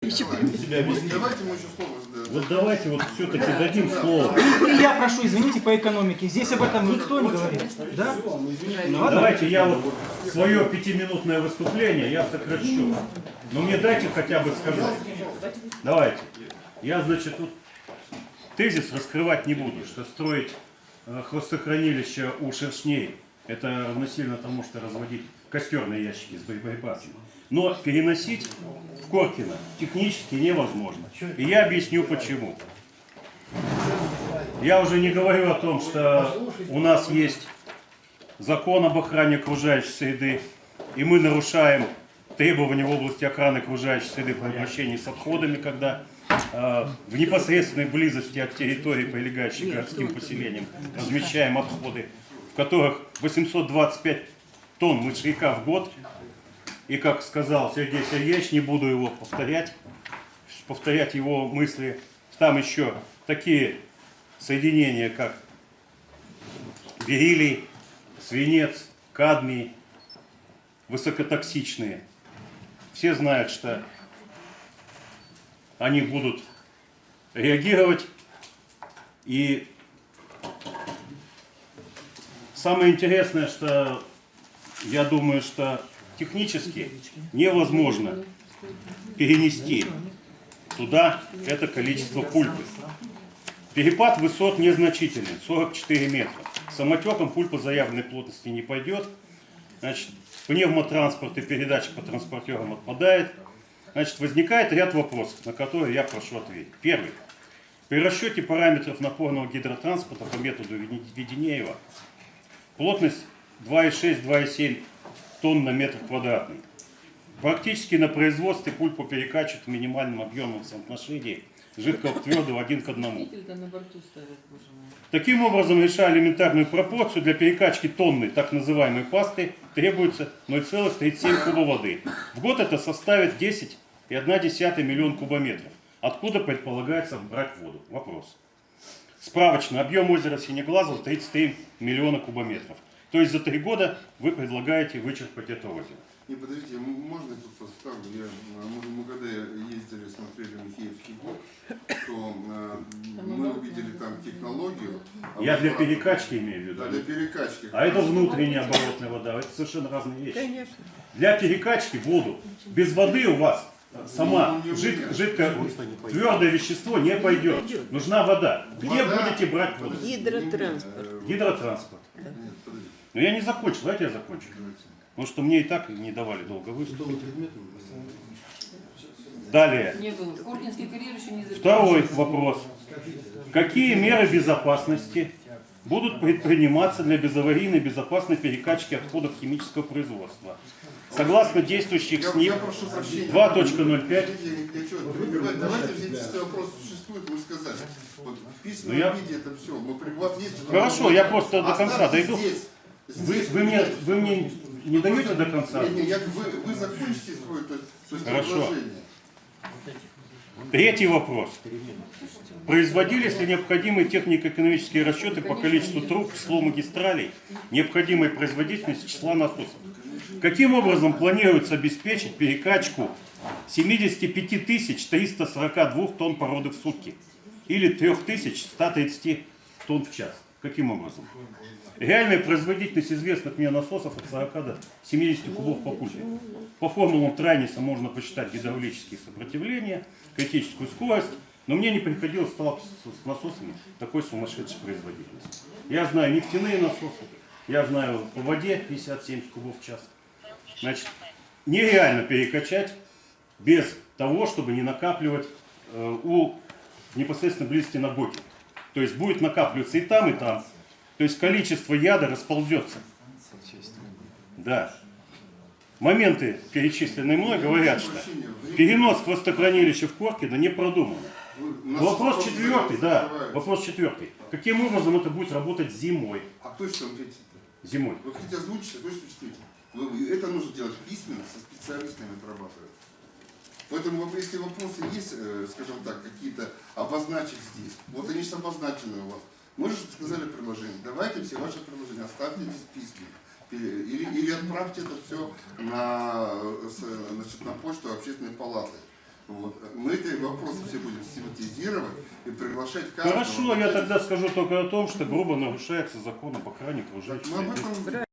Давайте мы еще слово задаем. Вот давайте вот все-таки дадим слово. И я прошу, извините, по экономике. Здесь об этом никто не говорит. Да? Давайте я вот свое 5-минутное выступление я сокращу. Но мне дайте хотя бы сказать. Давайте. Я, значит, тут тезис раскрывать не буду, что строить хвостохранилище у шершней это равносильно тому, что разводить костерные ящики с боеприпасами. Но переносить в Коркино технически невозможно. И я объясню почему. Я уже не говорю о том, что у нас есть закон об охране окружающей среды, и мы нарушаем требования в области охраны окружающей среды по обращению с отходами, когда в непосредственной близости от территории, прилегающей к городским поселениям, размещаем отходы, в которых 825 тонн мышьяка в год. И как сказал Сергей Сергеевич, не буду его повторять его мысли, там еще такие соединения, как бериллий, свинец, кадмий, высокотоксичные. Все знают, что они будут реагировать. И самое интересное, что я думаю, что технически невозможно перенести туда это количество пульпы. Перепад высот незначительный, 44 метра. Самотеком пульпа заявленной плотности не пойдет. Значит, пневмотранспорт и передача по транспортерам отпадает. Значит, возникает ряд вопросов, на которые я прошу ответить. Первый. При расчете параметров напорного гидротранспорта по методу Веденеева плотность 2,6-2,7 тонн на метр квадратный. Практически на производстве пульпу перекачивают в минимальном объемном соотношении жидкого к твердого 1 к 1. Таким образом, решая элементарную пропорцию, для перекачки тонны так называемой пасты требуется 0,37 куба воды. В год это составит 10,1 миллион кубометров. Откуда предполагается брать воду? Вопрос. Справочно, объем озера Синеглазов 33 миллиона кубометров. То есть за 3 года вы предлагаете вычерпать это озеро. Не, подождите, можно я тут поставлю? Мы когда ездили, смотрели Михеевский год, то мы увидели там технологию. Я для перекачки имею в виду. Да, для перекачки. А это внутренняя оборотная вода. Это совершенно разные вещи. Конечно. Для перекачки воду без воды у вас сама жидкое твердое вещество не пойдет. Нужна вода. Где будете брать воду? Гидротранспорт. Гидротранспорт. Но я не закончил, давайте я закончу. Потому что мне и так не давали долго выступить. Далее. Второй вопрос. Какие меры безопасности будут предприниматься для безаварийной безопасной перекачки отходов химического производства? Согласно действующих СНИП 2.05. Давайте здесь вопрос существует, вы сказали. Вот в письменном виде это все. Хорошо, я просто до конца дойду. Вы мне не даете до конца? Вы закончите свое предложение. Третий вопрос. Производились ли необходимые технико-экономические расчеты по количеству труб, числу магистралей, необходимой производительности числа насосов? Каким образом планируется обеспечить перекачку 75 342 тонн породы в сутки или 3130 тонн в час? Каким образом? Реальная производительность известных мне насосов от 40 до 70 кубов по пульпе. По формулам Трайниса можно посчитать гидравлические сопротивления, критическую скорость, но мне не приходилось сталкиваться с насосами такой сумасшедшей производительности. Я знаю нефтяные насосы, я знаю по воде 50-70 кубов в час. Значит, нереально перекачать без того, чтобы не накапливать у непосредственно близости на боке. То есть будет накапливаться и там, и там. То есть количество яда расползется. Да. Моменты, перечисленные мной, говорят, что перенос хвостохранилища в Коркино не продуман. Вопрос четвертый, да. Вопрос четвертый. Каким образом это будет работать зимой? А кто что ответит? Зимой. Вы хотите озвучить, а кто что ответит? Это нужно делать письменно, со специалистами отрабатывать. Поэтому, если вопросы есть, скажем так, какие-то обозначить здесь, вот они же обозначены у вас. Мы же сказали предложение, давайте все ваши предложения оставьте здесь письменно. Или отправьте это все на почту общественной палаты. Вот. Мы эти вопросы все будем систематизировать и приглашать каждого. Хорошо, я тогда скажу только о том, что грубо нарушается закон об охране Так, окружающей мы об среды. этом